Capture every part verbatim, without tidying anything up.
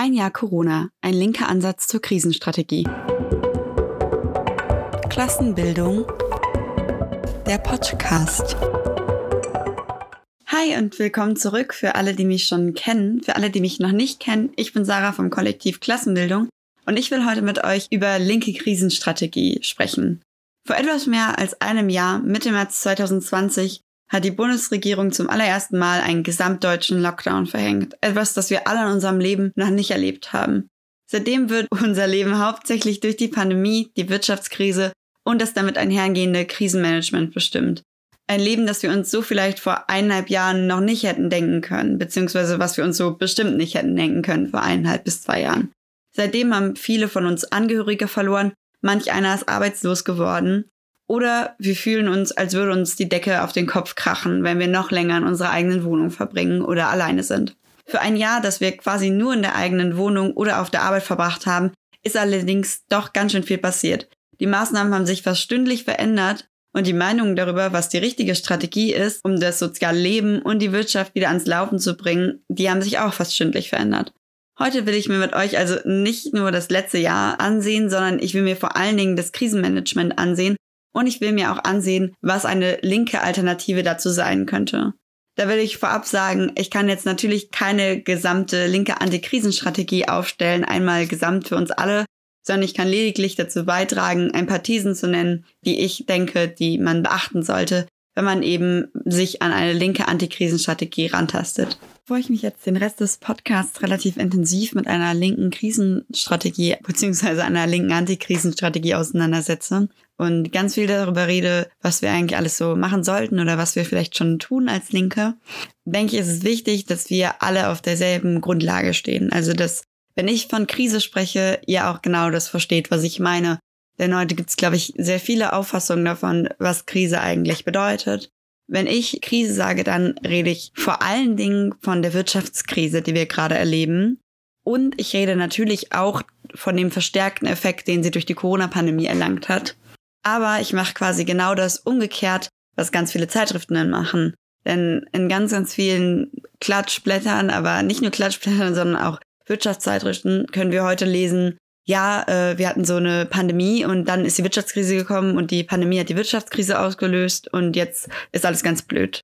Ein Jahr Corona, ein linker Ansatz zur Krisenstrategie. Klassenbildung, der Podcast. Hi und willkommen zurück für alle, die mich schon kennen. Für alle, die mich noch nicht kennen, ich bin Sarah vom Kollektiv Klassenbildung und ich will heute mit euch über linke Krisenstrategie sprechen. Vor etwas mehr als einem Jahr, Mitte März zwanzig zwanzig, hat die Bundesregierung zum allerersten Mal einen gesamtdeutschen Lockdown verhängt. Etwas, das wir alle in unserem Leben noch nicht erlebt haben. Seitdem wird unser Leben hauptsächlich durch die Pandemie, die Wirtschaftskrise und das damit einhergehende Krisenmanagement bestimmt. Ein Leben, das wir uns so vielleicht vor eineinhalb Jahren noch nicht hätten denken können, beziehungsweise was wir uns so bestimmt nicht hätten denken können vor eineinhalb bis zwei Jahren. Seitdem haben viele von uns Angehörige verloren, manch einer ist arbeitslos geworden. Oder wir fühlen uns, als würde uns die Decke auf den Kopf krachen, wenn wir noch länger in unserer eigenen Wohnung verbringen oder alleine sind. Für ein Jahr, das wir quasi nur in der eigenen Wohnung oder auf der Arbeit verbracht haben, ist allerdings doch ganz schön viel passiert. Die Maßnahmen haben sich fast stündlich verändert und die Meinungen darüber, was die richtige Strategie ist, um das soziale Leben und die Wirtschaft wieder ans Laufen zu bringen, die haben sich auch fast stündlich verändert. Heute will ich mir mit euch also nicht nur das letzte Jahr ansehen, sondern ich will mir vor allen Dingen das Krisenmanagement ansehen. Und ich will mir auch ansehen, was eine linke Alternative dazu sein könnte. Da will ich vorab sagen, ich kann jetzt natürlich keine gesamte linke Antikrisenstrategie aufstellen, einmal gesamt für uns alle, sondern ich kann lediglich dazu beitragen, ein paar Thesen zu nennen, die ich denke, die man beachten sollte, wenn man eben sich an eine linke Antikrisenstrategie rantastet. Bevor ich mich jetzt den Rest des Podcasts relativ intensiv mit einer linken Krisenstrategie bzw. einer linken Antikrisenstrategie auseinandersetze und ganz viel darüber rede, was wir eigentlich alles so machen sollten oder was wir vielleicht schon tun als Linke, denke ich, ist es wichtig, dass wir alle auf derselben Grundlage stehen. Also, dass, wenn ich von Krise spreche, ihr auch genau das versteht, was ich meine. Denn heute gibt es, glaube ich, sehr viele Auffassungen davon, was Krise eigentlich bedeutet. Wenn ich Krise sage, dann rede ich vor allen Dingen von der Wirtschaftskrise, die wir gerade erleben. Und ich rede natürlich auch von dem verstärkten Effekt, den sie durch die Corona-Pandemie erlangt hat. Aber ich mache quasi genau das umgekehrt, was ganz viele Zeitschriften dann machen. Denn in ganz, ganz vielen Klatschblättern, aber nicht nur Klatschblättern, sondern auch Wirtschaftszeitschriften können wir heute lesen, ja, äh, wir hatten so eine Pandemie und dann ist die Wirtschaftskrise gekommen und die Pandemie hat die Wirtschaftskrise ausgelöst und jetzt ist alles ganz blöd.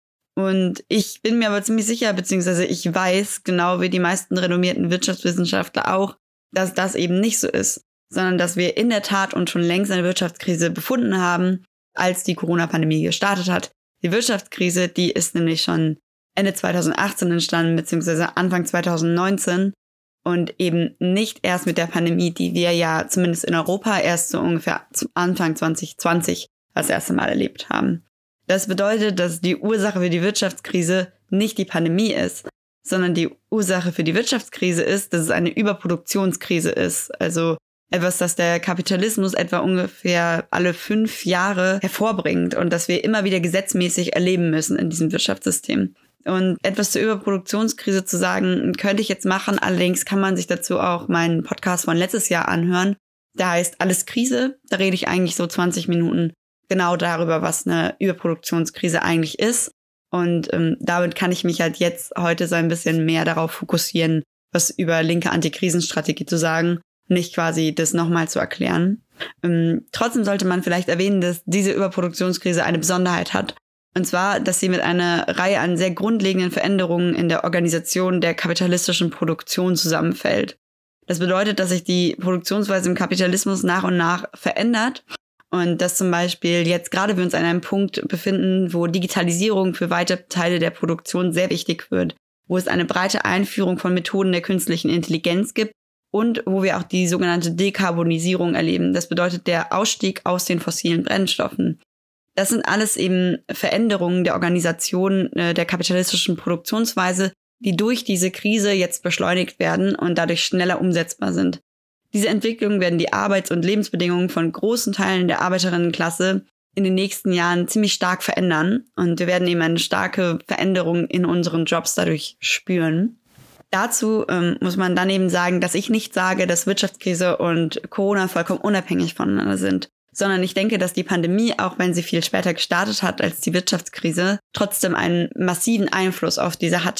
Und ich bin mir aber ziemlich sicher, beziehungsweise ich weiß, genau wie die meisten renommierten Wirtschaftswissenschaftler auch, dass das eben nicht so ist, sondern dass wir in der Tat uns schon längst eine Wirtschaftskrise befunden haben, als die Corona-Pandemie gestartet hat. Die Wirtschaftskrise, die ist nämlich schon Ende zwanzig achtzehn entstanden, beziehungsweise Anfang zwanzig neunzehn. Und eben nicht erst mit der Pandemie, die wir ja zumindest in Europa erst so ungefähr Anfang zwanzig zwanzig das erste Mal erlebt haben. Das bedeutet, dass die Ursache für die Wirtschaftskrise nicht die Pandemie ist, sondern die Ursache für die Wirtschaftskrise ist, dass es eine Überproduktionskrise ist. Also etwas, das der Kapitalismus etwa ungefähr alle fünf Jahre hervorbringt und das wir immer wieder gesetzmäßig erleben müssen in diesem Wirtschaftssystem. Und etwas zur Überproduktionskrise zu sagen, könnte ich jetzt machen. Allerdings kann man sich dazu auch meinen Podcast von letztes Jahr anhören. Der heißt Alles Krise. Da rede ich eigentlich so zwanzig Minuten genau darüber, was eine Überproduktionskrise eigentlich ist. Und ähm, damit kann ich mich halt jetzt heute so ein bisschen mehr darauf fokussieren, was über linke Antikrisenstrategie zu sagen, nicht quasi das nochmal zu erklären. Ähm, trotzdem sollte man vielleicht erwähnen, dass diese Überproduktionskrise eine Besonderheit hat. Und zwar, dass sie mit einer Reihe an sehr grundlegenden Veränderungen in der Organisation der kapitalistischen Produktion zusammenfällt. Das bedeutet, dass sich die Produktionsweise im Kapitalismus nach und nach verändert und dass zum Beispiel jetzt gerade wir uns an einem Punkt befinden, wo Digitalisierung für weite Teile der Produktion sehr wichtig wird, wo es eine breite Einführung von Methoden der künstlichen Intelligenz gibt und wo wir auch die sogenannte Dekarbonisierung erleben. Das bedeutet der Ausstieg aus den fossilen Brennstoffen. Das sind alles eben Veränderungen der Organisation äh, der kapitalistischen Produktionsweise, die durch diese Krise jetzt beschleunigt werden und dadurch schneller umsetzbar sind. Diese Entwicklungen werden die Arbeits- und Lebensbedingungen von großen Teilen der Arbeiterinnenklasse in den nächsten Jahren ziemlich stark verändern und wir werden eben eine starke Veränderung in unseren Jobs dadurch spüren. Dazu ähm, muss man dann eben sagen, dass ich nicht sage, dass Wirtschaftskrise und Corona vollkommen unabhängig voneinander sind. Sondern ich denke, dass die Pandemie, auch wenn sie viel später gestartet hat als die Wirtschaftskrise, trotzdem einen massiven Einfluss auf diese hatte,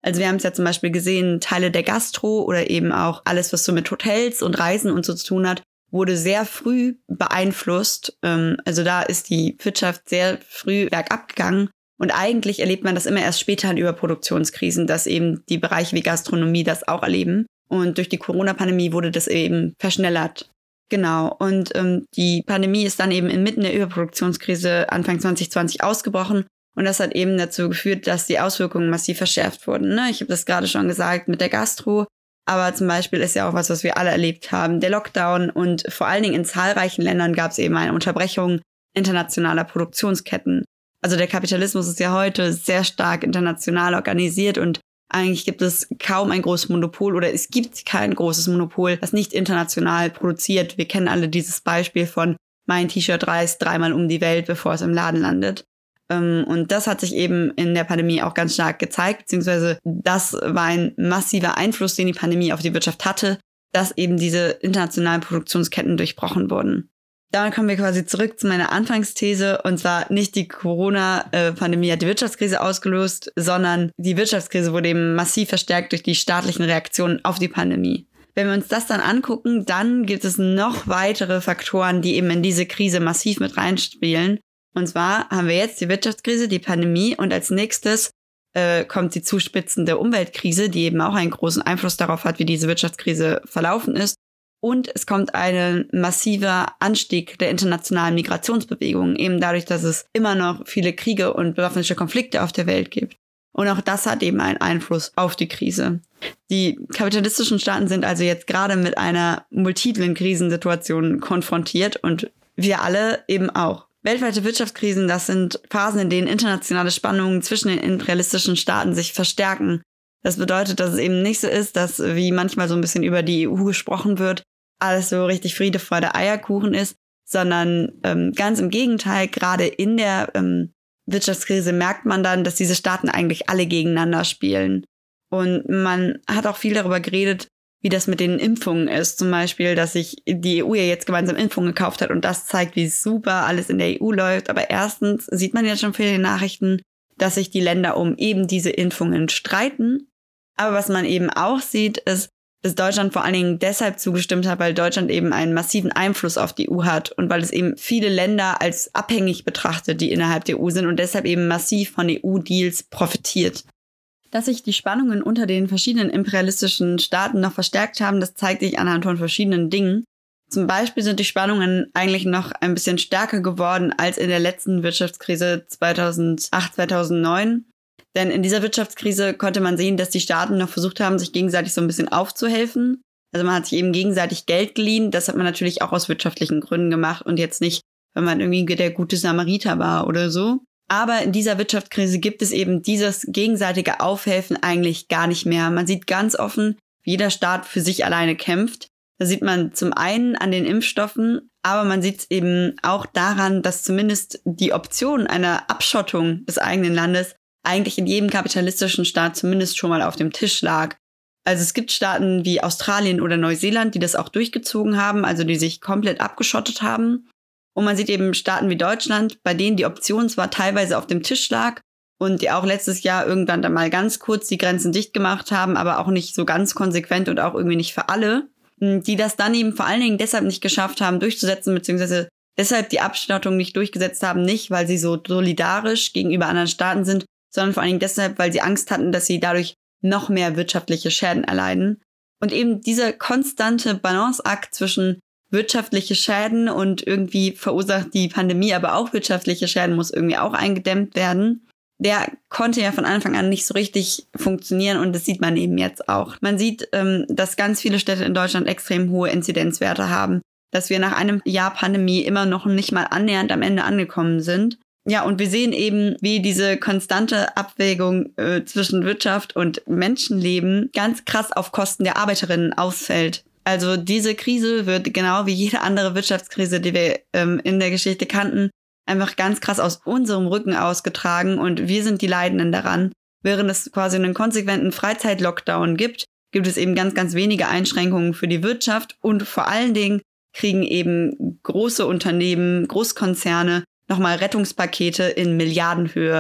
Also wir haben es ja zum Beispiel gesehen, Teile der Gastro oder eben auch alles, was so mit Hotels und Reisen und so zu tun hat, wurde sehr früh beeinflusst. Also da ist die Wirtschaft sehr früh bergab gegangen. Und eigentlich erlebt man das immer erst später in Überproduktionskrisen, dass eben die Bereiche wie Gastronomie das auch erleben. Und durch die Corona-Pandemie wurde das eben verschnellert. Genau. Und ähm, die Pandemie ist dann eben inmitten der Überproduktionskrise Anfang zwanzig zwanzig ausgebrochen. Und das hat eben dazu geführt, dass die Auswirkungen massiv verschärft wurden. Ne? Ich habe das gerade schon gesagt mit der Gastro. Aber zum Beispiel ist ja auch was, was wir alle erlebt haben, der Lockdown. Und vor allen Dingen in zahlreichen Ländern gab es eben eine Unterbrechung internationaler Produktionsketten. Also der Kapitalismus ist ja heute sehr stark international organisiert und eigentlich gibt es kaum ein großes Monopol oder es gibt kein großes Monopol, das nicht international produziert. Wir kennen alle dieses Beispiel von mein T-Shirt reist dreimal um die Welt, bevor es im Laden landet. Und das hat sich eben in der Pandemie auch ganz stark gezeigt, beziehungsweise das war ein massiver Einfluss, den die Pandemie auf die Wirtschaft hatte, dass eben diese internationalen Produktionsketten durchbrochen wurden. Damit kommen wir quasi zurück zu meiner Anfangsthese, und zwar nicht die Corona-Pandemie hat die Wirtschaftskrise ausgelöst, sondern die Wirtschaftskrise wurde eben massiv verstärkt durch die staatlichen Reaktionen auf die Pandemie. Wenn wir uns das dann angucken, dann gibt es noch weitere Faktoren, die eben in diese Krise massiv mit reinspielen. Und zwar haben wir jetzt die Wirtschaftskrise, die Pandemie und als nächstes äh, kommt die zuspitzende Umweltkrise, die eben auch einen großen Einfluss darauf hat, wie diese Wirtschaftskrise verlaufen ist. Und es kommt ein massiver Anstieg der internationalen Migrationsbewegungen, eben dadurch, dass es immer noch viele Kriege und bewaffnete Konflikte auf der Welt gibt. Und auch das hat eben einen Einfluss auf die Krise. Die kapitalistischen Staaten sind also jetzt gerade mit einer multiplen Krisensituation konfrontiert und wir alle eben auch. Weltweite Wirtschaftskrisen, das sind Phasen, in denen internationale Spannungen zwischen den imperialistischen Staaten sich verstärken. Das bedeutet, dass es eben nicht so ist, dass wie manchmal so ein bisschen über die E U gesprochen wird, alles so richtig Friede, Freude, Eierkuchen ist, sondern ähm, ganz im Gegenteil, gerade in der ähm, Wirtschaftskrise merkt man dann, dass diese Staaten eigentlich alle gegeneinander spielen. Und man hat auch viel darüber geredet, wie das mit den Impfungen ist. Zum Beispiel, dass sich die E U ja jetzt gemeinsam Impfungen gekauft hat und das zeigt, wie super alles in der E U läuft. Aber erstens sieht man ja schon für die Nachrichten, dass sich die Länder um eben diese Impfungen streiten. Aber was man eben auch sieht, ist, dass Deutschland vor allen Dingen deshalb zugestimmt hat, weil Deutschland eben einen massiven Einfluss auf die E U hat und weil es eben viele Länder als abhängig betrachtet, die innerhalb der E U sind und deshalb eben massiv von E U-Deals profitiert. Dass sich die Spannungen unter den verschiedenen imperialistischen Staaten noch verstärkt haben, das zeigt sich anhand von verschiedenen Dingen. Zum Beispiel sind die Spannungen eigentlich noch ein bisschen stärker geworden als in der letzten Wirtschaftskrise zweitausendacht, zweitausendneun. Denn in dieser Wirtschaftskrise konnte man sehen, dass die Staaten noch versucht haben, sich gegenseitig so ein bisschen aufzuhelfen. Also man hat sich eben gegenseitig Geld geliehen. Das hat man natürlich auch aus wirtschaftlichen Gründen gemacht und jetzt nicht, weil man irgendwie der gute Samariter war oder so. Aber in dieser Wirtschaftskrise gibt es eben dieses gegenseitige Aufhelfen eigentlich gar nicht mehr. Man sieht ganz offen, wie jeder Staat für sich alleine kämpft. Da sieht man zum einen an den Impfstoffen, aber man sieht es eben auch daran, dass zumindest die Option einer Abschottung des eigenen Landes eigentlich in jedem kapitalistischen Staat zumindest schon mal auf dem Tisch lag. Also es gibt Staaten wie Australien oder Neuseeland, die das auch durchgezogen haben, also die sich komplett abgeschottet haben. Und man sieht eben Staaten wie Deutschland, bei denen die Option zwar teilweise auf dem Tisch lag und die auch letztes Jahr irgendwann dann mal ganz kurz die Grenzen dicht gemacht haben, aber auch nicht so ganz konsequent und auch irgendwie nicht für alle, die das dann eben vor allen Dingen deshalb nicht geschafft haben durchzusetzen, beziehungsweise deshalb die Abschottung nicht durchgesetzt haben, nicht weil sie so solidarisch gegenüber anderen Staaten sind, sondern vor allen Dingen deshalb, weil sie Angst hatten, dass sie dadurch noch mehr wirtschaftliche Schäden erleiden. Und eben dieser konstante Balanceakt zwischen wirtschaftliche Schäden und irgendwie verursacht die Pandemie aber auch wirtschaftliche Schäden, muss irgendwie auch eingedämmt werden. Der konnte ja von Anfang an nicht so richtig funktionieren und das sieht man eben jetzt auch. Man sieht, dass ganz viele Städte in Deutschland extrem hohe Inzidenzwerte haben, dass wir nach einem Jahr Pandemie immer noch nicht mal annähernd am Ende angekommen sind. Ja, und wir sehen eben, wie diese konstante Abwägung äh, zwischen Wirtschaft und Menschenleben ganz krass auf Kosten der Arbeiterinnen ausfällt. Also diese Krise wird genau wie jede andere Wirtschaftskrise, die wir ähm, in der Geschichte kannten, einfach ganz krass aus unserem Rücken ausgetragen und wir sind die Leidenden daran. Während es quasi einen konsequenten Freizeitlockdown gibt, gibt es eben ganz, ganz wenige Einschränkungen für die Wirtschaft und vor allen Dingen kriegen eben große Unternehmen, Großkonzerne nochmal Rettungspakete in Milliardenhöhe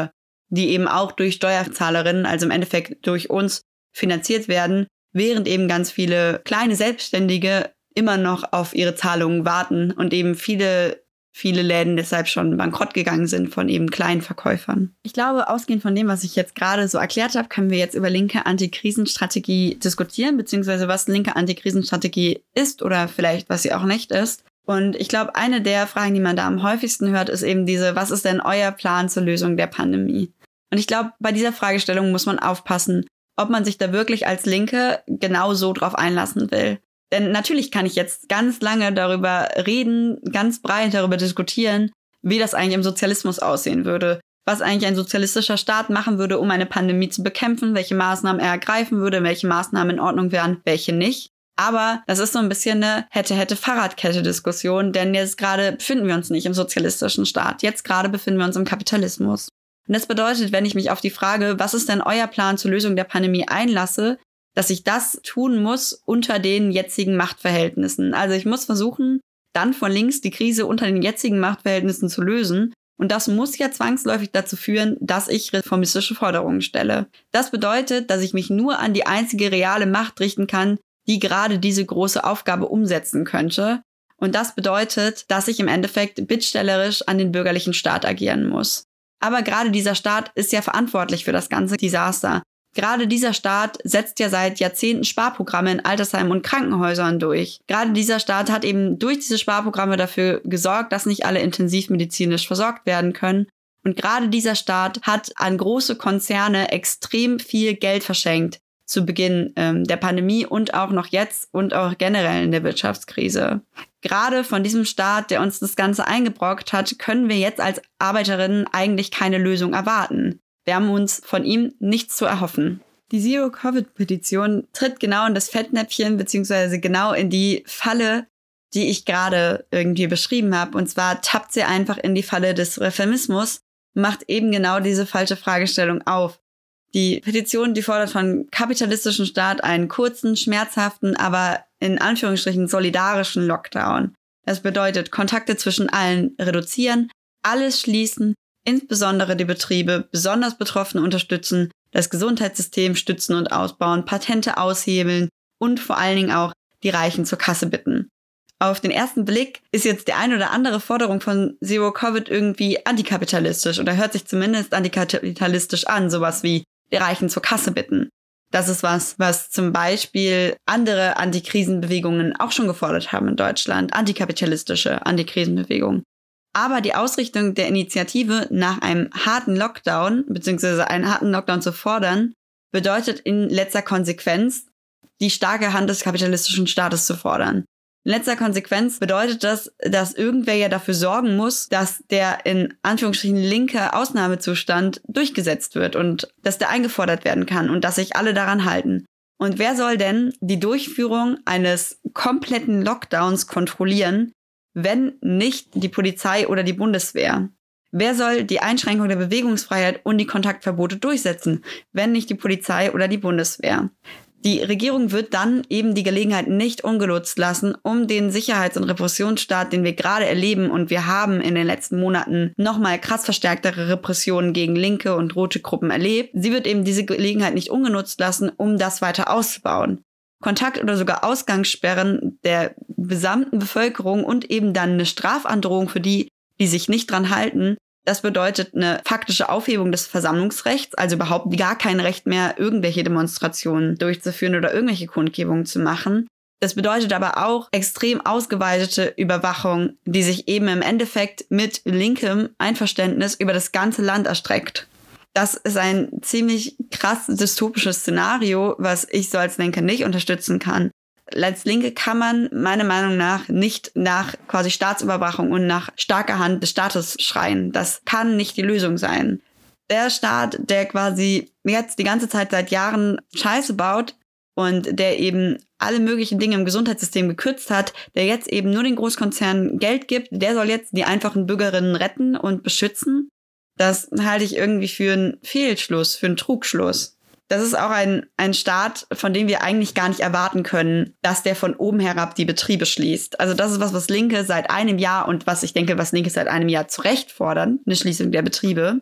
die eben auch durch Steuerzahlerinnen, also im Endeffekt durch uns, finanziert werden, während eben ganz viele kleine Selbstständige immer noch auf ihre Zahlungen warten und eben viele, viele Läden deshalb schon bankrott gegangen sind von eben kleinen Verkäufern. Ich glaube, ausgehend von dem, was ich jetzt gerade so erklärt habe, können wir jetzt über linke Antikrisenstrategie diskutieren, beziehungsweise was linke Antikrisenstrategie ist oder vielleicht was sie auch nicht ist. Und ich glaube, eine der Fragen, die man da am häufigsten hört, ist eben diese, was ist denn euer Plan zur Lösung der Pandemie? Und ich glaube, bei dieser Fragestellung muss man aufpassen, ob man sich da wirklich als Linke genau so drauf einlassen will. Denn natürlich kann ich jetzt ganz lange darüber reden, ganz breit darüber diskutieren, wie das eigentlich im Sozialismus aussehen würde, was eigentlich ein sozialistischer Staat machen würde, um eine Pandemie zu bekämpfen, welche Maßnahmen er ergreifen würde, welche Maßnahmen in Ordnung wären, welche nicht. Aber das ist so ein bisschen eine Hätte-Hätte-Fahrradkette-Diskussion, denn jetzt gerade befinden wir uns nicht im sozialistischen Staat. Jetzt gerade befinden wir uns im Kapitalismus. Und das bedeutet, wenn ich mich auf die Frage, was ist denn euer Plan zur Lösung der Pandemie einlasse, dass ich das tun muss unter den jetzigen Machtverhältnissen. Also ich muss versuchen, dann von links die Krise unter den jetzigen Machtverhältnissen zu lösen. Und das muss ja zwangsläufig dazu führen, dass ich reformistische Forderungen stelle. Das bedeutet, dass ich mich nur an die einzige reale Macht richten kann, die gerade diese große Aufgabe umsetzen könnte. Und das bedeutet, dass ich im Endeffekt bittstellerisch an den bürgerlichen Staat agieren muss. Aber gerade dieser Staat ist ja verantwortlich für das ganze Desaster. Gerade dieser Staat setzt ja seit Jahrzehnten Sparprogramme in Altersheimen und Krankenhäusern durch. Gerade dieser Staat hat eben durch diese Sparprogramme dafür gesorgt, dass nicht alle intensivmedizinisch versorgt werden können. Und gerade dieser Staat hat an große Konzerne extrem viel Geld verschenkt zu Beginn ähm, der Pandemie und auch noch jetzt und auch generell in der Wirtschaftskrise. Gerade von diesem Staat, der uns das Ganze eingebrockt hat, können wir jetzt als Arbeiterinnen eigentlich keine Lösung erwarten. Wir haben uns von ihm nichts zu erhoffen. Die Zero-Covid-Petition tritt genau in das Fettnäpfchen beziehungsweise genau in die Falle, die ich gerade irgendwie beschrieben habe. Und zwar tappt sie einfach in die Falle des Reformismus, macht eben genau diese falsche Fragestellung auf. Die Petition, die fordert von kapitalistischen Staat einen kurzen, schmerzhaften, aber in Anführungsstrichen solidarischen Lockdown. Das bedeutet Kontakte zwischen allen reduzieren, alles schließen, insbesondere die Betriebe besonders Betroffene unterstützen, das Gesundheitssystem stützen und ausbauen, Patente aushebeln und vor allen Dingen auch die Reichen zur Kasse bitten. Auf den ersten Blick ist jetzt die ein oder andere Forderung von Zero Covid irgendwie antikapitalistisch oder hört sich zumindest antikapitalistisch an, sowas wie die Reichen zur Kasse bitten. Das ist was, was zum Beispiel andere Antikrisenbewegungen auch schon gefordert haben in Deutschland, antikapitalistische Antikrisenbewegungen. Aber die Ausrichtung der Initiative nach einem harten Lockdown, beziehungsweise einen harten Lockdown zu fordern, bedeutet in letzter Konsequenz, die starke Hand des kapitalistischen Staates zu fordern. In letzter Konsequenz bedeutet das, dass irgendwer ja dafür sorgen muss, dass der in Anführungsstrichen linke Ausnahmezustand durchgesetzt wird und dass der eingefordert werden kann und dass sich alle daran halten. Und wer soll denn die Durchführung eines kompletten Lockdowns kontrollieren, wenn nicht die Polizei oder die Bundeswehr? Wer soll die Einschränkung der Bewegungsfreiheit und die Kontaktverbote durchsetzen, wenn nicht die Polizei oder die Bundeswehr? Die Regierung wird dann eben die Gelegenheit nicht ungenutzt lassen, um den Sicherheits- und Repressionsstaat, den wir gerade erleben, und wir haben in den letzten Monaten nochmal krass verstärktere Repressionen gegen linke und rote Gruppen erlebt. Sie wird eben diese Gelegenheit nicht ungenutzt lassen, um das weiter auszubauen. Kontakt- oder sogar Ausgangssperren der gesamten Bevölkerung und eben dann eine Strafandrohung für die, die sich nicht dran halten. Das bedeutet eine faktische Aufhebung des Versammlungsrechts, also überhaupt gar kein Recht mehr, irgendwelche Demonstrationen durchzuführen oder irgendwelche Kundgebungen zu machen. Das bedeutet aber auch extrem ausgeweitete Überwachung, die sich eben im Endeffekt mit linkem Einverständnis über das ganze Land erstreckt. Das ist ein ziemlich krass dystopisches Szenario, was ich so als Linke nicht unterstützen kann. Als Linke kann man meiner Meinung nach nicht nach quasi Staatsüberwachung und nach starker Hand des Staates schreien. Das kann nicht die Lösung sein. Der Staat, der quasi jetzt die ganze Zeit seit Jahren Scheiße baut und der eben alle möglichen Dinge im Gesundheitssystem gekürzt hat, der jetzt eben nur den Großkonzernen Geld gibt, der soll jetzt die einfachen Bürgerinnen retten und beschützen. Das halte ich irgendwie für einen Fehlschluss, für einen Trugschluss. Das ist auch ein, ein Staat, von dem wir eigentlich gar nicht erwarten können, dass der von oben herab die Betriebe schließt. Also das ist was, was Linke seit einem Jahr und was ich denke, was Linke seit einem Jahr zu Recht fordern, eine Schließung der Betriebe.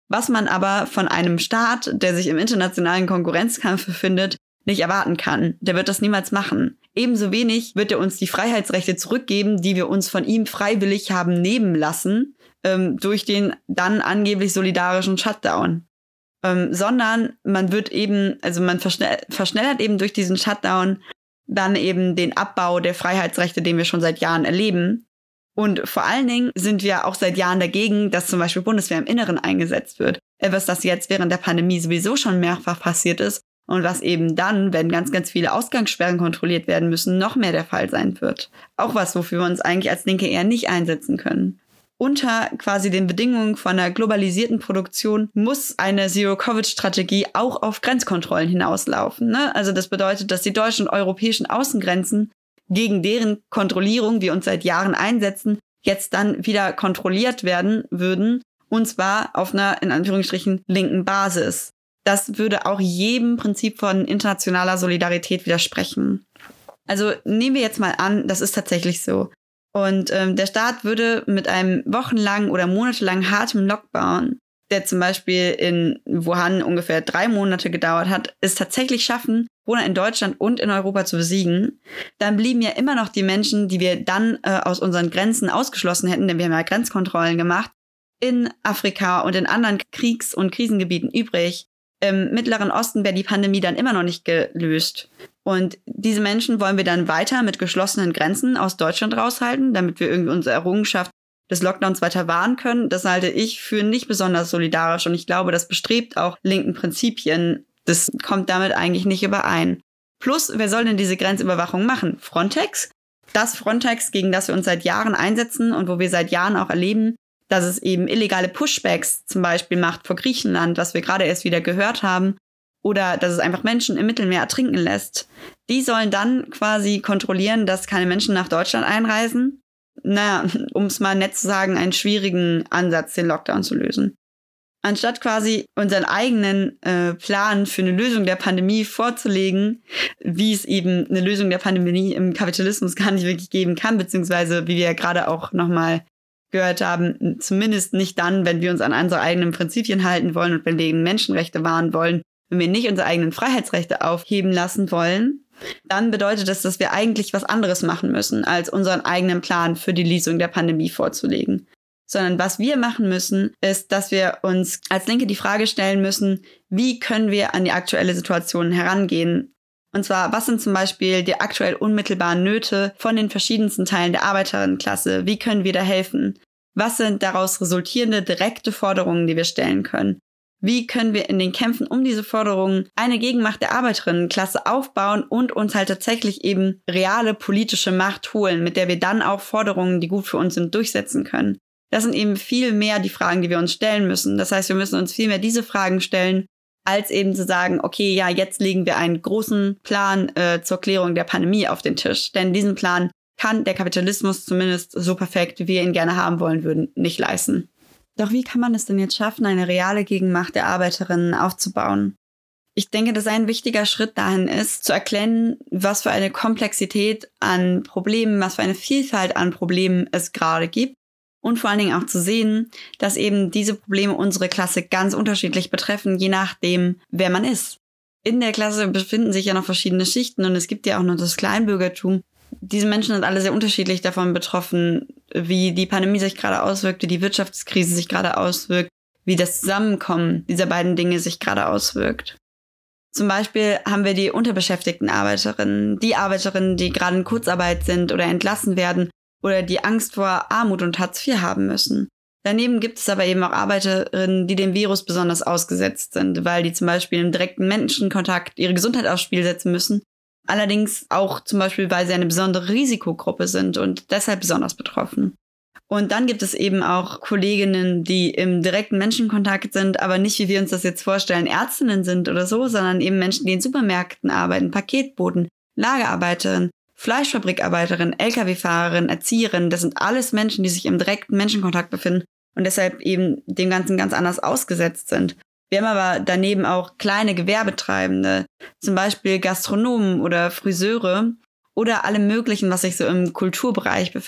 was man aber von einem Staat, der sich im internationalen Konkurrenzkampf befindet, nicht erwarten kann. Der wird das niemals machen. Ebenso wenig wird er uns die Freiheitsrechte zurückgeben, die wir uns von ihm freiwillig haben nehmen lassen, ähm, durch den dann angeblich solidarischen Shutdown. Ähm, sondern man wird eben, also man verschnell- verschnellert eben durch diesen Shutdown dann eben den Abbau der Freiheitsrechte, den wir schon seit Jahren erleben. Und vor allen Dingen sind wir auch seit Jahren dagegen, dass zum Beispiel Bundeswehr im Inneren eingesetzt wird. Etwas, das jetzt während der Pandemie sowieso schon mehrfach passiert ist und was eben dann, wenn ganz, ganz viele Ausgangssperren kontrolliert werden müssen, noch mehr der Fall sein wird. Auch was, wofür wir uns eigentlich als Linke eher nicht einsetzen können. Unter quasi den Bedingungen von einer globalisierten Produktion muss eine Zero-Covid-Strategie auch auf Grenzkontrollen hinauslaufen. Ne? Also das bedeutet, dass die deutschen und europäischen Außengrenzen, gegen deren Kontrollierung wir uns seit Jahren einsetzen, jetzt dann wieder kontrolliert werden würden. Und zwar auf einer, in Anführungsstrichen, linken Basis. Das würde auch jedem Prinzip von internationaler Solidarität widersprechen. Also nehmen wir jetzt mal an, das ist tatsächlich so. Und ähm, der Staat würde mit einem wochenlangen oder monatelangen hartem Lockdown, der zum Beispiel in Wuhan ungefähr drei Monate gedauert hat, es tatsächlich schaffen, Corona in Deutschland und in Europa zu besiegen, dann blieben ja immer noch die Menschen, die wir dann äh, aus unseren Grenzen ausgeschlossen hätten, denn wir haben ja Grenzkontrollen gemacht, in Afrika und in anderen Kriegs- und Krisengebieten übrig. Im Mittleren Osten wäre die Pandemie dann immer noch nicht gelöst. Und diese Menschen wollen wir dann weiter mit geschlossenen Grenzen aus Deutschland raushalten, damit wir irgendwie unsere Errungenschaft des Lockdowns weiter wahren können. Das halte ich für nicht besonders solidarisch und ich glaube, das bestrebt auch linken Prinzipien. Das kommt damit eigentlich nicht überein. Plus, wer soll denn diese Grenzüberwachung machen? Frontex? Das Frontex, gegen das wir uns seit Jahren einsetzen und wo wir seit Jahren auch erleben, dass es eben illegale Pushbacks zum Beispiel macht vor Griechenland, was wir gerade erst wieder gehört haben, oder dass es einfach Menschen im Mittelmeer ertrinken lässt. Die sollen dann quasi kontrollieren, dass keine Menschen nach Deutschland einreisen. Naja, um es mal nett zu sagen, einen schwierigen Ansatz, den Lockdown zu lösen. Anstatt quasi unseren eigenen äh, Plan für eine Lösung der Pandemie vorzulegen, wie es eben eine Lösung der Pandemie im Kapitalismus gar nicht wirklich geben kann, beziehungsweise wie wir ja gerade auch nochmal gehört haben, zumindest nicht dann, wenn wir uns an unsere eigenen Prinzipien halten wollen und wenn wir gegen Menschenrechte wahren wollen, wenn wir nicht unsere eigenen Freiheitsrechte aufheben lassen wollen, dann bedeutet das, dass wir eigentlich was anderes machen müssen, als unseren eigenen Plan für die Lösung der Pandemie vorzulegen. Sondern was wir machen müssen, ist, dass wir uns als Linke die Frage stellen müssen, wie können wir an die aktuelle Situation herangehen? Und zwar, was sind zum Beispiel die aktuell unmittelbaren Nöte von den verschiedensten Teilen der Arbeiterinnenklasse? Wie können wir da helfen? Was sind daraus resultierende direkte Forderungen, die wir stellen können? Wie können wir in den Kämpfen um diese Forderungen eine Gegenmacht der Arbeiterinnenklasse aufbauen und uns halt tatsächlich eben reale politische Macht holen, mit der wir dann auch Forderungen, die gut für uns sind, durchsetzen können? Das sind eben viel mehr die Fragen, die wir uns stellen müssen. Das heißt, wir müssen uns viel mehr diese Fragen stellen, als eben zu sagen, okay, ja, jetzt legen wir einen großen Plan äh, zur Klärung der Pandemie auf den Tisch. Denn diesen Plan kann der Kapitalismus zumindest so perfekt, wie wir ihn gerne haben wollen würden, nicht leisten. Doch wie kann man es denn jetzt schaffen, eine reale Gegenmacht der Arbeiterinnen aufzubauen? Ich denke, dass ein wichtiger Schritt dahin ist, zu erkennen, was für eine Komplexität an Problemen, was für eine Vielfalt an Problemen es gerade gibt. Und vor allen Dingen auch zu sehen, dass eben diese Probleme unsere Klasse ganz unterschiedlich betreffen, je nachdem, wer man ist. In der Klasse befinden sich ja noch verschiedene Schichten und es gibt ja auch noch das Kleinbürgertum. Diese Menschen sind alle sehr unterschiedlich davon betroffen, wie die Pandemie sich gerade auswirkt, wie die Wirtschaftskrise sich gerade auswirkt, wie das Zusammenkommen dieser beiden Dinge sich gerade auswirkt. Zum Beispiel haben wir die unterbeschäftigten Arbeiterinnen, die Arbeiterinnen, die gerade in Kurzarbeit sind oder entlassen werden, oder die Angst vor Armut und Hartz vier haben müssen. Daneben gibt es aber eben auch Arbeiterinnen, die dem Virus besonders ausgesetzt sind, weil die zum Beispiel im direkten Menschenkontakt ihre Gesundheit aufs Spiel setzen müssen. Allerdings auch zum Beispiel, weil sie eine besondere Risikogruppe sind und deshalb besonders betroffen. Und dann gibt es eben auch Kolleginnen, die im direkten Menschenkontakt sind, aber nicht, wie wir uns das jetzt vorstellen, Ärztinnen sind oder so, sondern eben Menschen, die in Supermärkten arbeiten, Paketboten, Lagerarbeiterinnen, Fleischfabrikarbeiterin, L K W-Fahrerin, Erzieherin, das sind alles Menschen, die sich im direkten Menschenkontakt befinden und deshalb eben dem Ganzen ganz anders ausgesetzt sind. Wir haben aber daneben auch kleine Gewerbetreibende, zum Beispiel Gastronomen oder Friseure oder alle möglichen, was sich so im Kulturbereich befindet.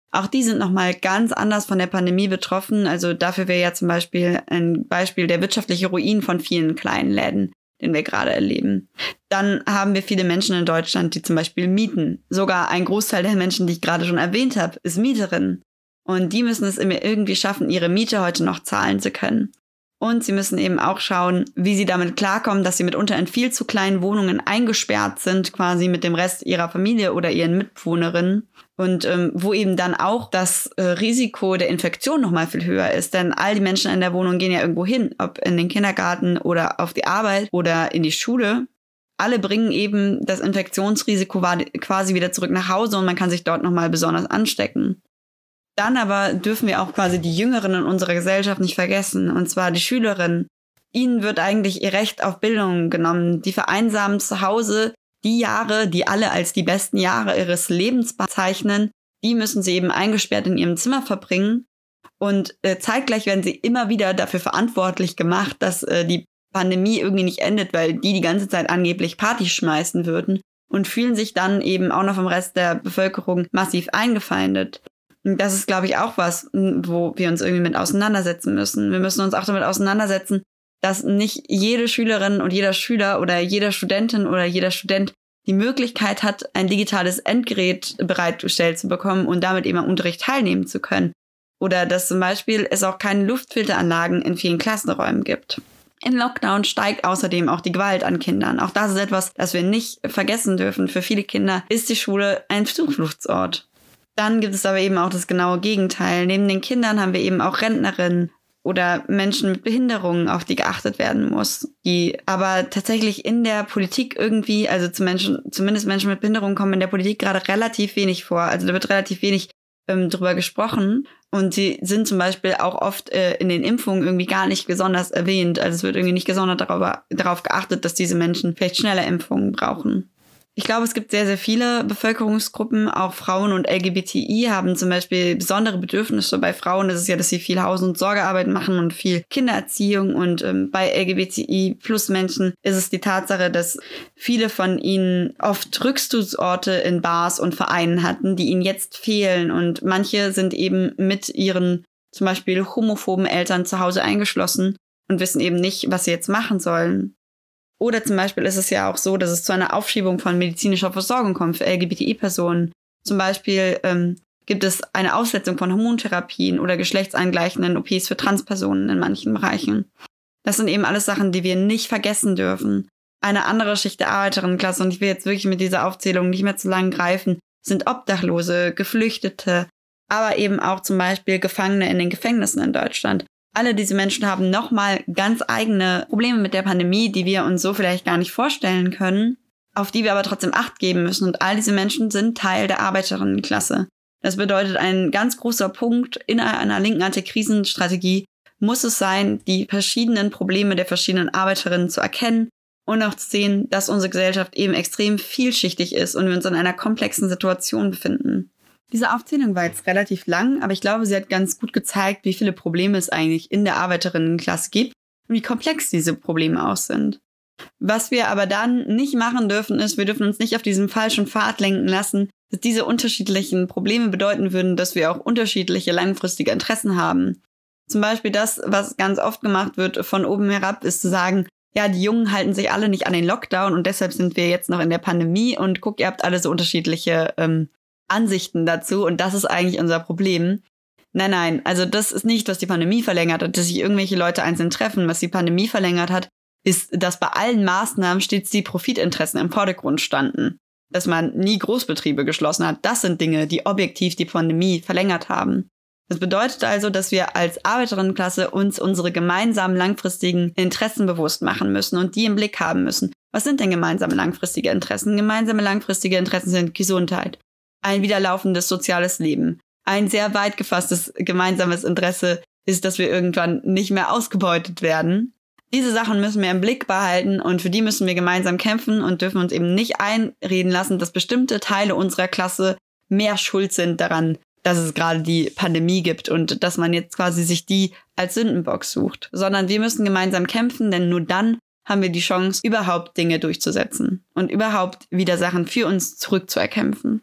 Auch die sind nochmal ganz anders von der Pandemie betroffen. Also dafür wäre ja zum Beispiel ein Beispiel der wirtschaftliche Ruin von vielen kleinen Läden, den wir gerade erleben. Dann haben wir viele Menschen in Deutschland, die zum Beispiel mieten. Sogar ein Großteil der Menschen, die ich gerade schon erwähnt habe, ist Mieterin. Und die müssen es immer irgendwie schaffen, ihre Miete heute noch zahlen zu können. Und sie müssen eben auch schauen, wie sie damit klarkommen, dass sie mitunter in viel zu kleinen Wohnungen eingesperrt sind, quasi mit dem Rest ihrer Familie oder ihren Mitbewohnerinnen. Und ähm, wo eben dann auch das äh, Risiko der Infektion nochmal viel höher ist. Denn all die Menschen in der Wohnung gehen ja irgendwo hin, ob in den Kindergarten oder auf die Arbeit oder in die Schule. Alle bringen eben das Infektionsrisiko quasi wieder zurück nach Hause und man kann sich dort nochmal besonders anstecken. Dann aber dürfen wir auch quasi die Jüngeren in unserer Gesellschaft nicht vergessen, und zwar die Schülerinnen. Ihnen wird eigentlich ihr Recht auf Bildung genommen. Die vereinsamen zu Hause die Jahre, die alle als die besten Jahre ihres Lebens bezeichnen, die müssen sie eben eingesperrt in ihrem Zimmer verbringen. Und äh, zeitgleich werden sie immer wieder dafür verantwortlich gemacht, dass äh, die Pandemie irgendwie nicht endet, weil die die ganze Zeit angeblich Party schmeißen würden und fühlen sich dann eben auch noch vom Rest der Bevölkerung massiv eingefeindet. Das ist, glaube ich, auch was, wo wir uns irgendwie mit auseinandersetzen müssen. Wir müssen uns auch damit auseinandersetzen, dass nicht jede Schülerin und jeder Schüler oder jede Studentin oder jeder Student die Möglichkeit hat, ein digitales Endgerät bereitgestellt zu bekommen und damit eben am Unterricht teilnehmen zu können. Oder dass zum Beispiel es auch keine Luftfilteranlagen in vielen Klassenräumen gibt. In Lockdown steigt außerdem auch die Gewalt an Kindern. Auch das ist etwas, das wir nicht vergessen dürfen. Für viele Kinder ist die Schule ein Zufluchtsort. Dann gibt es aber eben auch das genaue Gegenteil. Neben den Kindern haben wir eben auch Rentnerinnen oder Menschen mit Behinderungen, auf die geachtet werden muss, die aber tatsächlich in der Politik irgendwie, also zu Menschen, zumindest Menschen mit Behinderungen kommen in der Politik gerade relativ wenig vor. Also da wird relativ wenig ähm, drüber gesprochen und sie sind zum Beispiel auch oft äh, in den Impfungen irgendwie gar nicht besonders erwähnt. Also es wird irgendwie nicht gesondert darüber, darauf geachtet, dass diese Menschen vielleicht schneller Impfungen brauchen. Ich glaube, es gibt sehr, sehr viele Bevölkerungsgruppen, auch Frauen und L G B T I haben zum Beispiel besondere Bedürfnisse. Bei Frauen ist es ja, dass sie viel Haus- und Sorgearbeit machen und viel Kindererziehung. Und ähm, bei L G B T I plus Menschen ist es die Tatsache, dass viele von ihnen oft Rückzugsorte in Bars und Vereinen hatten, die ihnen jetzt fehlen. Und manche sind eben mit ihren zum Beispiel homophoben Eltern zu Hause eingeschlossen und wissen eben nicht, was sie jetzt machen sollen. Oder zum Beispiel ist es ja auch so, dass es zu einer Aufschiebung von medizinischer Versorgung kommt für L G B T I-Personen. Zum Beispiel ähm, gibt es eine Aussetzung von Hormontherapien oder geschlechtsangleichenden O Ps für Transpersonen in manchen Bereichen. Das sind eben alles Sachen, die wir nicht vergessen dürfen. Eine andere Schicht der Arbeiterinnenklasse, und ich will jetzt wirklich mit dieser Aufzählung nicht mehr zu lang greifen, sind Obdachlose, Geflüchtete, aber eben auch zum Beispiel Gefangene in den Gefängnissen in Deutschland. Alle diese Menschen haben nochmal ganz eigene Probleme mit der Pandemie, die wir uns so vielleicht gar nicht vorstellen können, auf die wir aber trotzdem Acht geben müssen. Und all diese Menschen sind Teil der Arbeiterinnenklasse. Das bedeutet, ein ganz großer Punkt in einer linken Antikrisenstrategie muss es sein, die verschiedenen Probleme der verschiedenen Arbeiterinnen zu erkennen und auch zu sehen, dass unsere Gesellschaft eben extrem vielschichtig ist und wir uns in einer komplexen Situation befinden. Diese Aufzählung war jetzt relativ lang, aber ich glaube, sie hat ganz gut gezeigt, wie viele Probleme es eigentlich in der Arbeiterinnenklasse gibt und wie komplex diese Probleme auch sind. Was wir aber dann nicht machen dürfen, ist, wir dürfen uns nicht auf diesem falschen Pfad lenken lassen, dass diese unterschiedlichen Probleme bedeuten würden, dass wir auch unterschiedliche langfristige Interessen haben. Zum Beispiel das, was ganz oft gemacht wird von oben herab, ist zu sagen, ja, die Jungen halten sich alle nicht an den Lockdown und deshalb sind wir jetzt noch in der Pandemie und guck, ihr habt alle so unterschiedliche ähm, Ansichten dazu und das ist eigentlich unser Problem. Nein, nein, also das ist nicht, was die Pandemie verlängert hat, dass sich irgendwelche Leute einzeln treffen. Was die Pandemie verlängert hat, ist, dass bei allen Maßnahmen stets die Profitinteressen im Vordergrund standen. Dass man nie Großbetriebe geschlossen hat, das sind Dinge, die objektiv die Pandemie verlängert haben. Das bedeutet also, dass wir als Arbeiterinnenklasse uns unsere gemeinsamen langfristigen Interessen bewusst machen müssen und die im Blick haben müssen. Was sind denn gemeinsame langfristige Interessen? Gemeinsame langfristige Interessen sind Gesundheit, ein wiederlaufendes soziales Leben. Ein sehr weit gefasstes gemeinsames Interesse ist, dass wir irgendwann nicht mehr ausgebeutet werden. Diese Sachen müssen wir im Blick behalten und für die müssen wir gemeinsam kämpfen und dürfen uns eben nicht einreden lassen, dass bestimmte Teile unserer Klasse mehr schuld sind daran, dass es gerade die Pandemie gibt und dass man jetzt quasi sich die als Sündenbock sucht. Sondern wir müssen gemeinsam kämpfen, denn nur dann haben wir die Chance, überhaupt Dinge durchzusetzen und überhaupt wieder Sachen für uns zurückzuerkämpfen.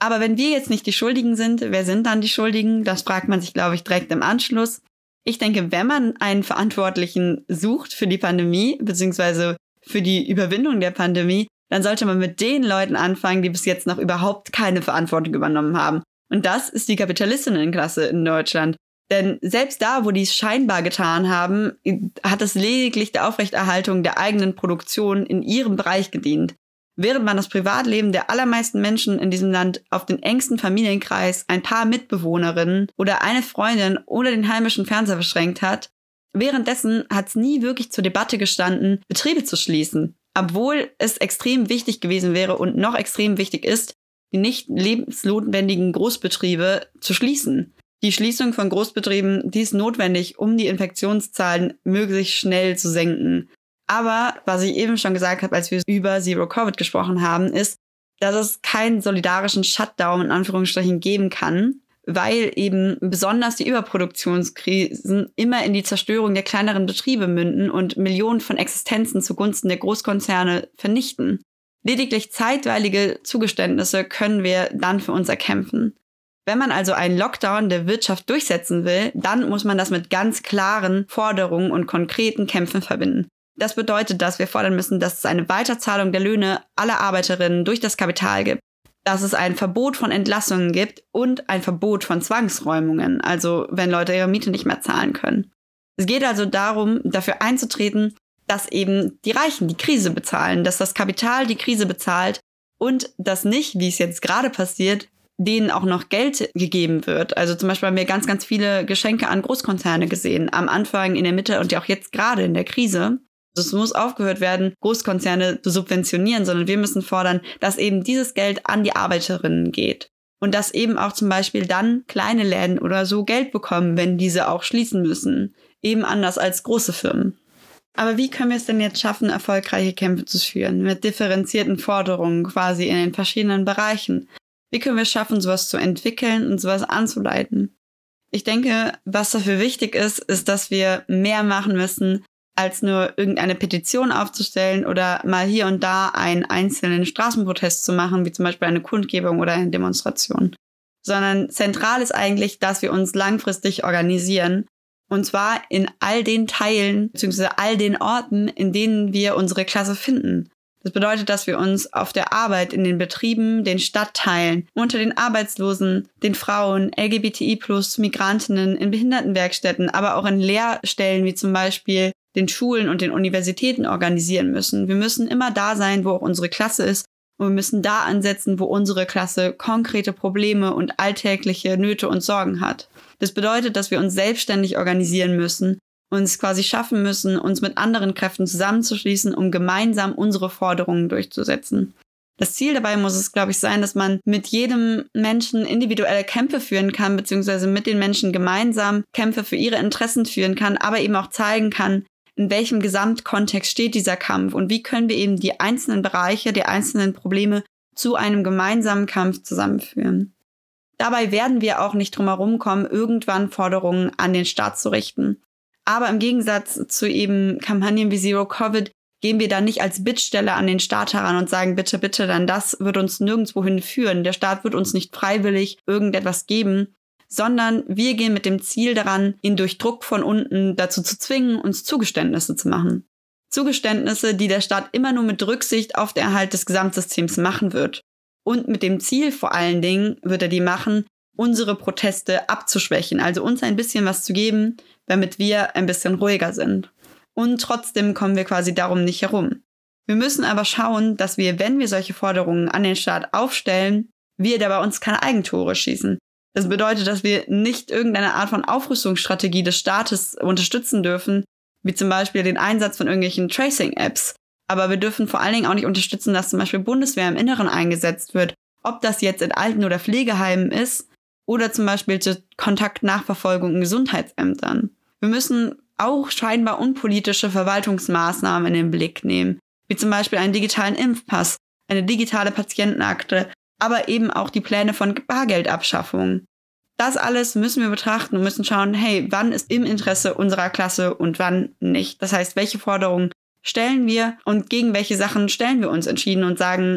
Aber wenn wir jetzt nicht die Schuldigen sind, wer sind dann die Schuldigen? Das fragt man sich, glaube ich, direkt im Anschluss. Ich denke, wenn man einen Verantwortlichen sucht für die Pandemie, beziehungsweise für die Überwindung der Pandemie, dann sollte man mit den Leuten anfangen, die bis jetzt noch überhaupt keine Verantwortung übernommen haben. Und das ist die Kapitalistinnenklasse in Deutschland. Denn selbst da, wo die es scheinbar getan haben, hat es lediglich der Aufrechterhaltung der eigenen Produktion in ihrem Bereich gedient. Während man das Privatleben der allermeisten Menschen in diesem Land auf den engsten Familienkreis, ein paar Mitbewohnerinnen oder eine Freundin oder den heimischen Fernseher beschränkt hat, währenddessen hat es nie wirklich zur Debatte gestanden, Betriebe zu schließen. Obwohl es extrem wichtig gewesen wäre und noch extrem wichtig ist, die nicht lebensnotwendigen Großbetriebe zu schließen. Die Schließung von Großbetrieben, die ist notwendig, um die Infektionszahlen möglichst schnell zu senken. Aber, was ich eben schon gesagt habe, als wir über Zero-Covid gesprochen haben, ist, dass es keinen solidarischen Shutdown in Anführungsstrichen geben kann, weil eben besonders die Überproduktionskrisen immer in die Zerstörung der kleineren Betriebe münden und Millionen von Existenzen zugunsten der Großkonzerne vernichten. Lediglich zeitweilige Zugeständnisse können wir dann für uns erkämpfen. Wenn man also einen Lockdown der Wirtschaft durchsetzen will, dann muss man das mit ganz klaren Forderungen und konkreten Kämpfen verbinden. Das bedeutet, dass wir fordern müssen, dass es eine Weiterzahlung der Löhne aller Arbeiterinnen durch das Kapital gibt, dass es ein Verbot von Entlassungen gibt und ein Verbot von Zwangsräumungen, also wenn Leute ihre Miete nicht mehr zahlen können. Es geht also darum, dafür einzutreten, dass eben die Reichen die Krise bezahlen, dass das Kapital die Krise bezahlt und dass nicht, wie es jetzt gerade passiert, denen auch noch Geld gegeben wird. Also zum Beispiel haben wir ganz, ganz viele Geschenke an Großkonzerne gesehen, am Anfang, in der Mitte und ja auch jetzt gerade in der Krise. Also es muss aufgehört werden, Großkonzerne zu subventionieren, sondern wir müssen fordern, dass eben dieses Geld an die Arbeiterinnen geht. Und dass eben auch zum Beispiel dann kleine Läden oder so Geld bekommen, wenn diese auch schließen müssen. Eben anders als große Firmen. Aber wie können wir es denn jetzt schaffen, erfolgreiche Kämpfe zu führen, mit differenzierten Forderungen quasi in den verschiedenen Bereichen? Wie können wir es schaffen, sowas zu entwickeln und sowas anzuleiten? Ich denke, was dafür wichtig ist, ist, dass wir mehr machen müssen, als nur irgendeine Petition aufzustellen oder mal hier und da einen einzelnen Straßenprotest zu machen, wie zum Beispiel eine Kundgebung oder eine Demonstration. Sondern zentral ist eigentlich, dass wir uns langfristig organisieren. Und zwar in all den Teilen bzw. all den Orten, in denen wir unsere Klasse finden. Das bedeutet, dass wir uns auf der Arbeit, in den Betrieben, den Stadtteilen, unter den Arbeitslosen, den Frauen, L G B T I plus, Migrantinnen, in Behindertenwerkstätten, aber auch in Lehrstellen wie zum Beispiel den Schulen und den Universitäten organisieren müssen. Wir müssen immer da sein, wo auch unsere Klasse ist und wir müssen da ansetzen, wo unsere Klasse konkrete Probleme und alltägliche Nöte und Sorgen hat. Das bedeutet, dass wir uns selbstständig organisieren müssen, uns quasi schaffen müssen, uns mit anderen Kräften zusammenzuschließen, um gemeinsam unsere Forderungen durchzusetzen. Das Ziel dabei muss es, glaube ich, sein, dass man mit jedem Menschen individuelle Kämpfe führen kann, beziehungsweise mit den Menschen gemeinsam Kämpfe für ihre Interessen führen kann, aber eben auch zeigen kann, in welchem Gesamtkontext steht dieser Kampf und wie können wir eben die einzelnen Bereiche, die einzelnen Probleme zu einem gemeinsamen Kampf zusammenführen. Dabei werden wir auch nicht drum herum kommen, irgendwann Forderungen an den Staat zu richten. Aber im Gegensatz zu eben Kampagnen wie Zero-Covid gehen wir da nicht als Bittsteller an den Staat heran und sagen, bitte, bitte, dann das wird uns nirgendwohin führen. Der Staat wird uns nicht freiwillig irgendetwas geben, sondern wir gehen mit dem Ziel daran, ihn durch Druck von unten dazu zu zwingen, uns Zugeständnisse zu machen. Zugeständnisse, die der Staat immer nur mit Rücksicht auf den Erhalt des Gesamtsystems machen wird. Und mit dem Ziel vor allen Dingen wird er die machen, unsere Proteste abzuschwächen, also uns ein bisschen was zu geben, damit wir ein bisschen ruhiger sind. Und trotzdem kommen wir quasi darum nicht herum. Wir müssen aber schauen, dass wir, wenn wir solche Forderungen an den Staat aufstellen, wir dabei uns keine Eigentore schießen. Das bedeutet, dass wir nicht irgendeine Art von Aufrüstungsstrategie des Staates unterstützen dürfen, wie zum Beispiel den Einsatz von irgendwelchen Tracing-Apps. Aber wir dürfen vor allen Dingen auch nicht unterstützen, dass zum Beispiel Bundeswehr im Inneren eingesetzt wird, ob das jetzt in Alten- oder Pflegeheimen ist oder zum Beispiel zur Kontaktnachverfolgung in Gesundheitsämtern. Wir müssen auch scheinbar unpolitische Verwaltungsmaßnahmen in den Blick nehmen, wie zum Beispiel einen digitalen Impfpass, eine digitale Patientenakte, aber eben auch die Pläne von Bargeldabschaffung. Das alles müssen wir betrachten und müssen schauen, hey, wann ist im Interesse unserer Klasse und wann nicht. Das heißt, welche Forderungen stellen wir und gegen welche Sachen stellen wir uns entschieden und sagen,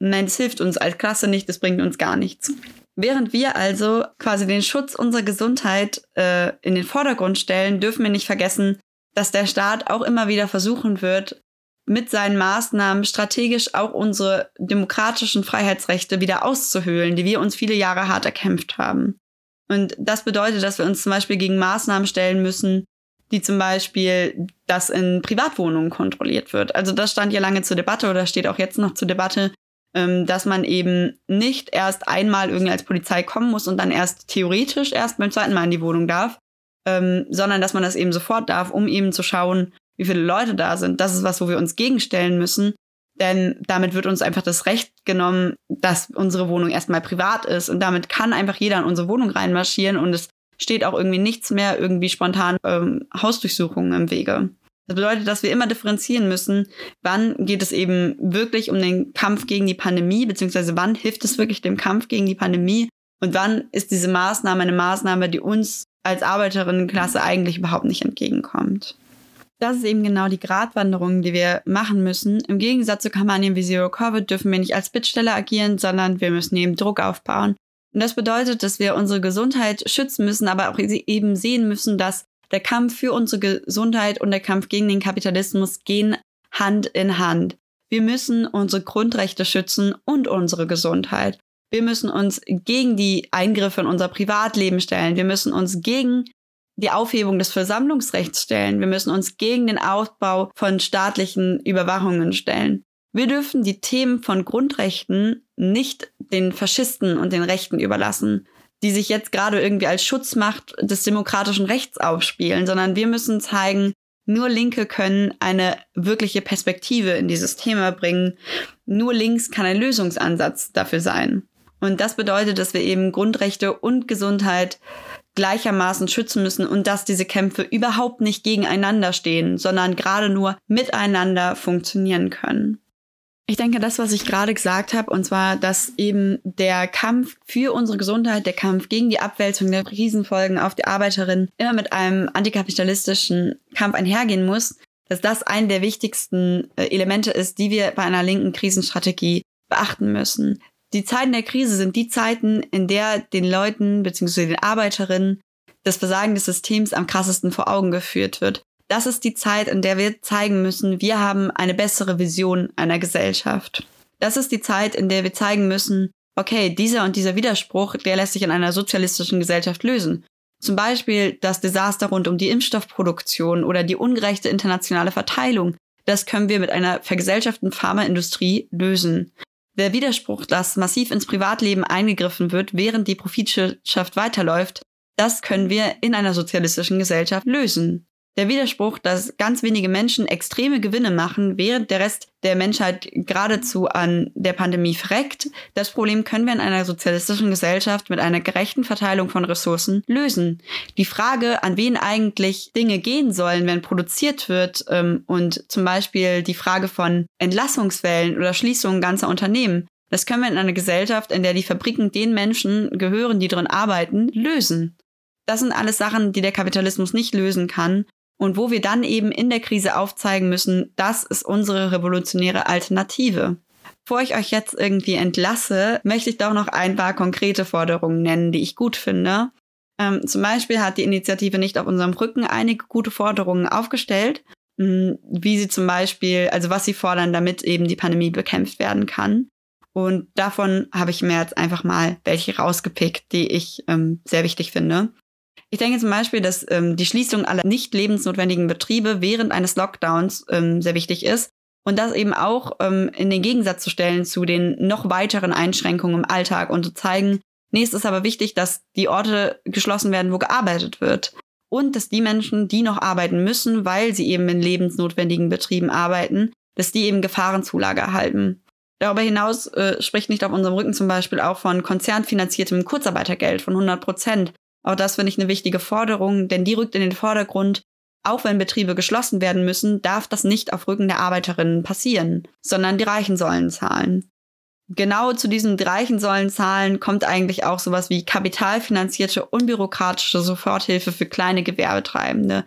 nein, das hilft uns als Klasse nicht, das bringt uns gar nichts. Während wir also quasi den Schutz unserer Gesundheit äh, in den Vordergrund stellen, dürfen wir nicht vergessen, dass der Staat auch immer wieder versuchen wird, mit seinen Maßnahmen strategisch auch unsere demokratischen Freiheitsrechte wieder auszuhöhlen, die wir uns viele Jahre hart erkämpft haben. Und das bedeutet, dass wir uns zum Beispiel gegen Maßnahmen stellen müssen, die zum Beispiel, dass in Privatwohnungen kontrolliert wird. Also das stand ja lange zur Debatte oder steht auch jetzt noch zur Debatte, dass man eben nicht erst einmal irgendwie als Polizei kommen muss und dann erst theoretisch erst beim zweiten Mal in die Wohnung darf, ähm, sondern dass man das eben sofort darf, um eben zu schauen, wie viele Leute da sind. Das ist was, wo wir uns gegenstellen müssen, denn damit wird uns einfach das Recht genommen, dass unsere Wohnung erstmal privat ist und damit kann einfach jeder in unsere Wohnung reinmarschieren und es steht auch irgendwie nichts mehr irgendwie spontan ähm, Hausdurchsuchungen im Wege. Das bedeutet, dass wir immer differenzieren müssen, wann geht es eben wirklich um den Kampf gegen die Pandemie, beziehungsweise wann hilft es wirklich dem Kampf gegen die Pandemie und wann ist diese Maßnahme eine Maßnahme, die uns als Arbeiterinnenklasse eigentlich überhaupt nicht entgegenkommt. Das ist eben genau die Gratwanderung, die wir machen müssen. Im Gegensatz zu Kampagnen wie Zero Covid dürfen wir nicht als Bittsteller agieren, sondern wir müssen eben Druck aufbauen. Und das bedeutet, dass wir unsere Gesundheit schützen müssen, aber auch eben sehen müssen, dass der Kampf für unsere Gesundheit und der Kampf gegen den Kapitalismus gehen Hand in Hand. Wir müssen unsere Grundrechte schützen und unsere Gesundheit. Wir müssen uns gegen die Eingriffe in unser Privatleben stellen. Wir müssen uns gegen die Aufhebung des Versammlungsrechts stellen. Wir müssen uns gegen den Aufbau von staatlichen Überwachungen stellen. Wir dürfen die Themen von Grundrechten nicht den Faschisten und den Rechten überlassen, die sich jetzt gerade irgendwie als Schutzmacht des demokratischen Rechts aufspielen, sondern wir müssen zeigen, nur Linke können eine wirkliche Perspektive in dieses Thema bringen. Nur links kann ein Lösungsansatz dafür sein. Und das bedeutet, dass wir eben Grundrechte und Gesundheit gleichermaßen schützen müssen und dass diese Kämpfe überhaupt nicht gegeneinander stehen, sondern gerade nur miteinander funktionieren können. Ich denke, das, was ich gerade gesagt habe, und zwar, dass eben der Kampf für unsere Gesundheit, der Kampf gegen die Abwälzung der Krisenfolgen auf die Arbeiterinnen immer mit einem antikapitalistischen Kampf einhergehen muss, dass das eine der wichtigsten Elemente ist, die wir bei einer linken Krisenstrategie beachten müssen. Die Zeiten der Krise sind die Zeiten, in der den Leuten bzw. den Arbeiterinnen das Versagen des Systems am krassesten vor Augen geführt wird. Das ist die Zeit, in der wir zeigen müssen, wir haben eine bessere Vision einer Gesellschaft. Das ist die Zeit, in der wir zeigen müssen, okay, dieser und dieser Widerspruch, der lässt sich in einer sozialistischen Gesellschaft lösen. Zum Beispiel das Desaster rund um die Impfstoffproduktion oder die ungerechte internationale Verteilung. Das können wir mit einer vergesellschafteten Pharmaindustrie lösen. Der Widerspruch, dass massiv ins Privatleben eingegriffen wird, während die Profitwirtschaft weiterläuft, das können wir in einer sozialistischen Gesellschaft lösen. Der Widerspruch, dass ganz wenige Menschen extreme Gewinne machen, während der Rest der Menschheit geradezu an der Pandemie verreckt, das Problem können wir in einer sozialistischen Gesellschaft mit einer gerechten Verteilung von Ressourcen lösen. Die Frage, an wen eigentlich Dinge gehen sollen, wenn produziert wird, ähm, und zum Beispiel die Frage von Entlassungswellen oder Schließungen ganzer Unternehmen, das können wir in einer Gesellschaft, in der die Fabriken den Menschen gehören, die drin arbeiten, lösen. Das sind alles Sachen, die der Kapitalismus nicht lösen kann. Und wo wir dann eben in der Krise aufzeigen müssen, das ist unsere revolutionäre Alternative. Bevor ich euch jetzt irgendwie entlasse, möchte ich doch noch ein paar konkrete Forderungen nennen, die ich gut finde. Ähm, zum Beispiel hat die Initiative Nicht auf unserem Rücken einige gute Forderungen aufgestellt, mh, wie sie zum Beispiel, also was sie fordern, damit eben die Pandemie bekämpft werden kann. Und davon habe ich mir jetzt einfach mal welche rausgepickt, die ich ähm, sehr wichtig finde. Ich denke zum Beispiel, dass ähm, die Schließung aller nicht lebensnotwendigen Betriebe während eines Lockdowns ähm, sehr wichtig ist und das eben auch ähm, in den Gegensatz zu stellen zu den noch weiteren Einschränkungen im Alltag und zu zeigen, nee, es ist aber wichtig, dass die Orte geschlossen werden, wo gearbeitet wird und dass die Menschen, die noch arbeiten müssen, weil sie eben in lebensnotwendigen Betrieben arbeiten, dass die eben Gefahrenzulage erhalten. Darüber hinaus äh, spricht Nicht auf unserem Rücken zum Beispiel auch von konzernfinanziertem Kurzarbeitergeld von hundert Prozent. Auch das finde ich eine wichtige Forderung, denn die rückt in den Vordergrund, auch wenn Betriebe geschlossen werden müssen, darf das nicht auf Rücken der Arbeiterinnen passieren, sondern die Reichen sollen zahlen. Genau zu diesen Reichen sollen zahlen kommt eigentlich auch sowas wie kapitalfinanzierte, unbürokratische Soforthilfe für kleine Gewerbetreibende.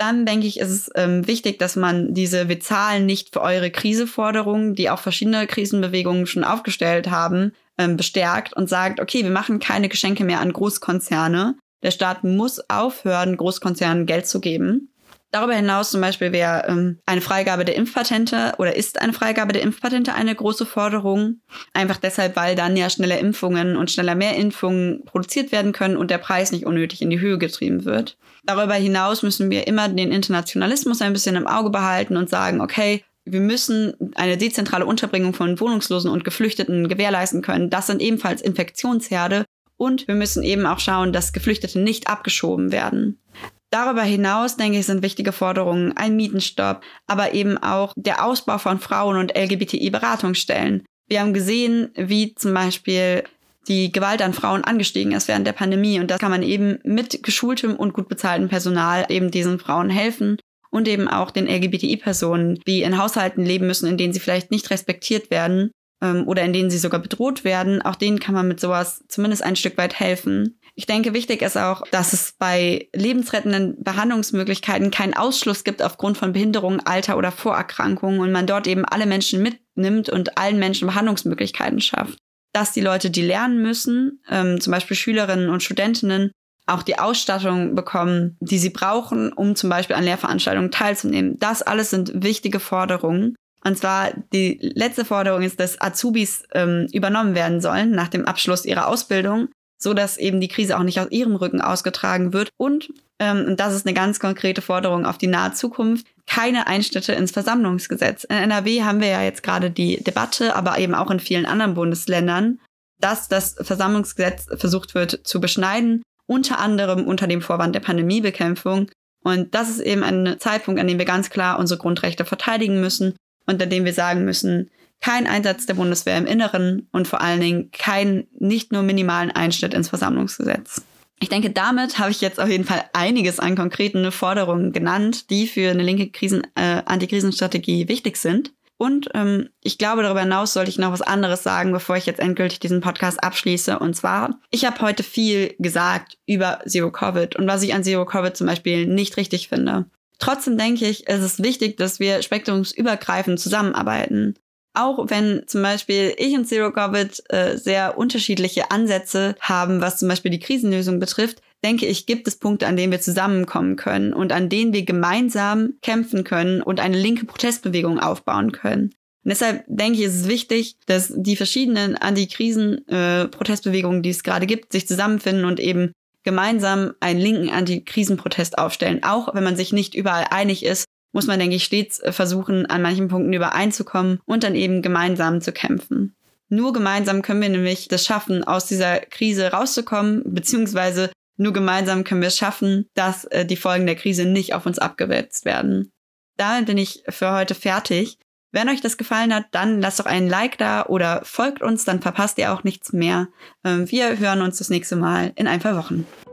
Dann denke ich, ist es ähm, wichtig, dass man diese "Wir zahlen nicht für eure Krise"-Forderung, die auch verschiedene Krisenbewegungen schon aufgestellt haben, ähm, bestärkt und sagt, okay, wir machen keine Geschenke mehr an Großkonzerne. Der Staat muss aufhören, Großkonzernen Geld zu geben. Darüber hinaus zum Beispiel wäre ähm, eine Freigabe der Impfpatente oder ist eine Freigabe der Impfpatente eine große Forderung. Einfach deshalb, weil dann ja schneller Impfungen und schneller mehr Impfungen produziert werden können und der Preis nicht unnötig in die Höhe getrieben wird. Darüber hinaus müssen wir immer den Internationalismus ein bisschen im Auge behalten und sagen, okay, wir müssen eine dezentrale Unterbringung von Wohnungslosen und Geflüchteten gewährleisten können. Das sind ebenfalls Infektionsherde und wir müssen eben auch schauen, dass Geflüchtete nicht abgeschoben werden. Darüber hinaus, denke ich, sind wichtige Forderungen ein Mietenstopp, aber eben auch der Ausbau von Frauen- und L G B T I-Beratungsstellen. Wir haben gesehen, wie zum Beispiel die Gewalt an Frauen angestiegen ist während der Pandemie. Und da kann man eben mit geschultem und gut bezahltem Personal eben diesen Frauen helfen und eben auch den L G B T I-Personen, die in Haushalten leben müssen, in denen sie vielleicht nicht respektiert werden ähm, oder in denen sie sogar bedroht werden. Auch denen kann man mit sowas zumindest ein Stück weit helfen. Ich denke, wichtig ist auch, dass es bei lebensrettenden Behandlungsmöglichkeiten keinen Ausschluss gibt aufgrund von Behinderung, Alter oder Vorerkrankungen und man dort eben alle Menschen mitnimmt und allen Menschen Behandlungsmöglichkeiten schafft. Dass die Leute, die lernen müssen, ähm, zum Beispiel Schülerinnen und Studentinnen, auch die Ausstattung bekommen, die sie brauchen, um zum Beispiel an Lehrveranstaltungen teilzunehmen. Das alles sind wichtige Forderungen. Und zwar die letzte Forderung ist, dass Azubis ähm, übernommen werden sollen nach dem Abschluss ihrer Ausbildung, so dass eben die Krise auch nicht aus ihrem Rücken ausgetragen wird. Und, ähm, und das ist eine ganz konkrete Forderung auf die nahe Zukunft, keine Einschnitte ins Versammlungsgesetz. In N R W haben wir ja jetzt gerade die Debatte, aber eben auch in vielen anderen Bundesländern, dass das Versammlungsgesetz versucht wird zu beschneiden, unter anderem unter dem Vorwand der Pandemiebekämpfung. Und das ist eben ein Zeitpunkt, an dem wir ganz klar unsere Grundrechte verteidigen müssen und an dem wir sagen müssen, kein Einsatz der Bundeswehr im Inneren und vor allen Dingen kein nicht nur minimalen Einschnitt ins Versammlungsgesetz. Ich denke, damit habe ich jetzt auf jeden Fall einiges an konkreten Forderungen genannt, die für eine linke Krisen, äh, Antikrisenstrategie wichtig sind. Und ähm, ich glaube, darüber hinaus sollte ich noch was anderes sagen, bevor ich jetzt endgültig diesen Podcast abschließe. Und zwar, ich habe heute viel gesagt über Zero-Covid und was ich an Zero-Covid zum Beispiel nicht richtig finde. Trotzdem denke ich, es ist wichtig, dass wir spektrumsübergreifend zusammenarbeiten. Auch wenn zum Beispiel ich und Zero-Covid äh, sehr unterschiedliche Ansätze haben, was zum Beispiel die Krisenlösung betrifft, denke ich, gibt es Punkte, an denen wir zusammenkommen können und an denen wir gemeinsam kämpfen können und eine linke Protestbewegung aufbauen können. Und deshalb denke ich, ist es wichtig, dass die verschiedenen Antikrisen-Protestbewegungen, äh, die es gerade gibt, sich zusammenfinden und eben gemeinsam einen linken Antikrisenprotest aufstellen. Auch wenn man sich nicht überall einig ist, muss man, denke ich, stets versuchen, an manchen Punkten übereinzukommen und dann eben gemeinsam zu kämpfen. Nur gemeinsam können wir nämlich das schaffen, aus dieser Krise rauszukommen, beziehungsweise nur gemeinsam können wir es schaffen, dass äh, die Folgen der Krise nicht auf uns abgewälzt werden. Damit bin ich für heute fertig. Wenn euch das gefallen hat, dann lasst doch einen Like da oder folgt uns, dann verpasst ihr auch nichts mehr. Ähm, wir hören uns das nächste Mal in ein paar Wochen.